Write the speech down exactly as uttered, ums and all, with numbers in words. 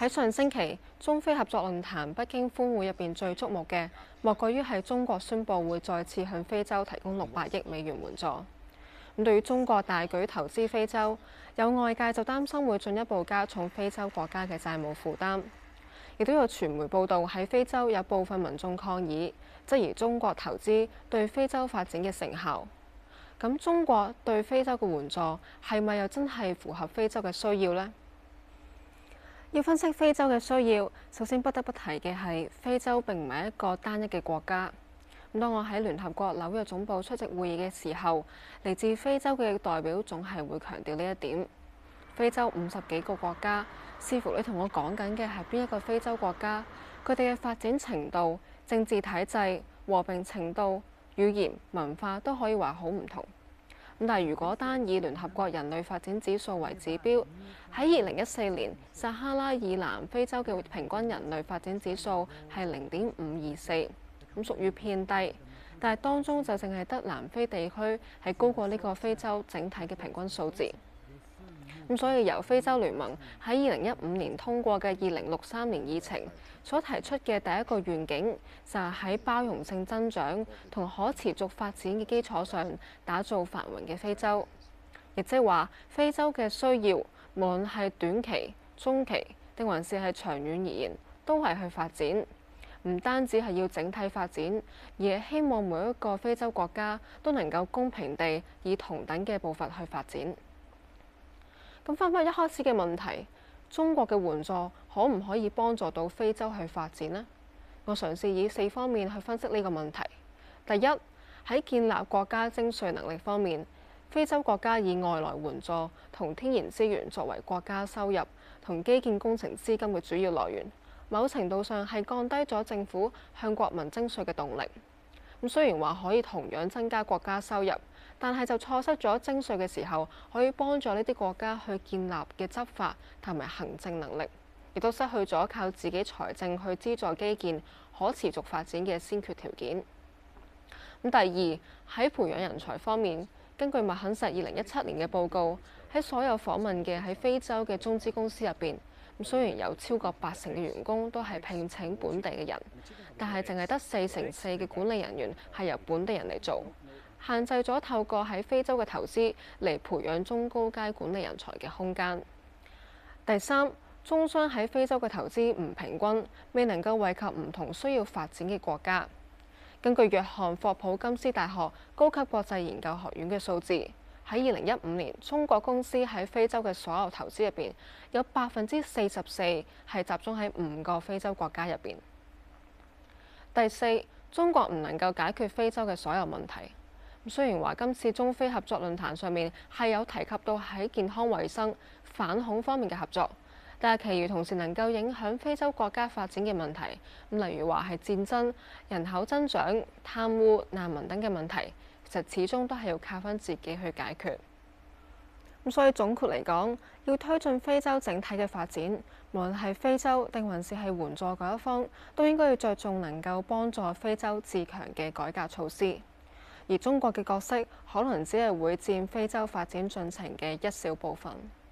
喺上星期，中非合作論壇北京峰會入邊最矚目嘅，莫過於係中國宣布會再次向非洲提供六百億美元援助。咁對於中國大舉投資非洲，有外界就擔心會進一步加重非洲國家嘅債務負擔。亦都有傳媒報道喺非洲有部分民眾抗議，質疑中國投資對非洲發展嘅成效。咁中國對非洲嘅援助係咪又真係符合非洲嘅需要呢？要分析非洲嘅需要，首先不得不提嘅係非洲並唔係一個單一嘅國家。咁當我喺聯合國紐約總部出席會議嘅時候，嚟自非洲嘅代表總係會強調呢一點。非洲五十幾個國家，視乎你同我講緊嘅係邊一個非洲國家，佢哋嘅發展程度、政治體制、和平程度、語言、文化都可以話好唔同。咁但係如果單以聯合國人類發展指數為指標，喺二零一四年撒哈拉以南非洲嘅平均人類發展指數係零點五二四，咁屬於偏低。但係當中就淨係得南非地區係高過呢個非洲整體嘅平均數字。咁所以由非洲聯盟喺二零一五年通過嘅二零六三年議程所提出嘅第一個願景，就係喺包容性增長同可持續發展嘅基礎上，打造繁榮嘅非洲。亦即係話，非洲嘅需要，無論係短期、中期定還是係長遠而言，都係去發展。唔單止係要整體發展，而係希望每一個非洲國家都能夠公平地以同等嘅步伐去發展。咁翻返一開始嘅問題，中國嘅援助可唔可以幫助到非洲去發展呢？我嘗試以四方面去分析呢個問題。第一，喺建立國家徵稅能力方面，非洲國家以外來援助同天然資源作為國家收入同基建工程資金嘅主要來源，某程度上係降低咗政府向國民徵稅嘅動力。咁雖然話可以同樣增加國家收入，但係就錯失咗徵稅嘅時候可以幫助呢啲國家去建立嘅執法同埋行政能力，亦都失去咗靠自己財政去資助基建可持續發展嘅先決條件。咁第二，喺培養人才方面，根據麥肯錫二零一七年嘅報告，喺所有訪問嘅喺非洲嘅中資公司入邊，咁雖然有超過八成嘅員工都係聘請本地嘅人，但係淨係得四成四嘅管理人員係由本地人嚟做，限制咗透過喺非洲嘅投資嚟培養中高階管理人才嘅空間。第三，中商喺非洲嘅投資唔平均，未能夠惠及唔同需要發展嘅國家。根據約翰霍普金斯大學高級國際研究學院嘅數字，喺二零一五年，中國公司喺非洲嘅所有投資入邊，有百分之四十四係集中喺五個非洲國家入邊。第四，中國唔能夠解決非洲嘅所有問題。雖然話今次中非合作論壇上面係有提及到喺健康衛生、反恐方面嘅合作，但係其餘同時能夠影響非洲國家發展嘅問題，咁例如話係戰爭、人口增長、貪污、難民等嘅問題，其實始終都係要靠返自己去解決。咁所以總括嚟講，要推進非洲整體嘅發展，無論係非洲定還是係援助嗰一方，都應該要着重能夠幫助非洲自強嘅改革措施。而中國嘅角色可能只係會佔非洲發展進程嘅一小部分。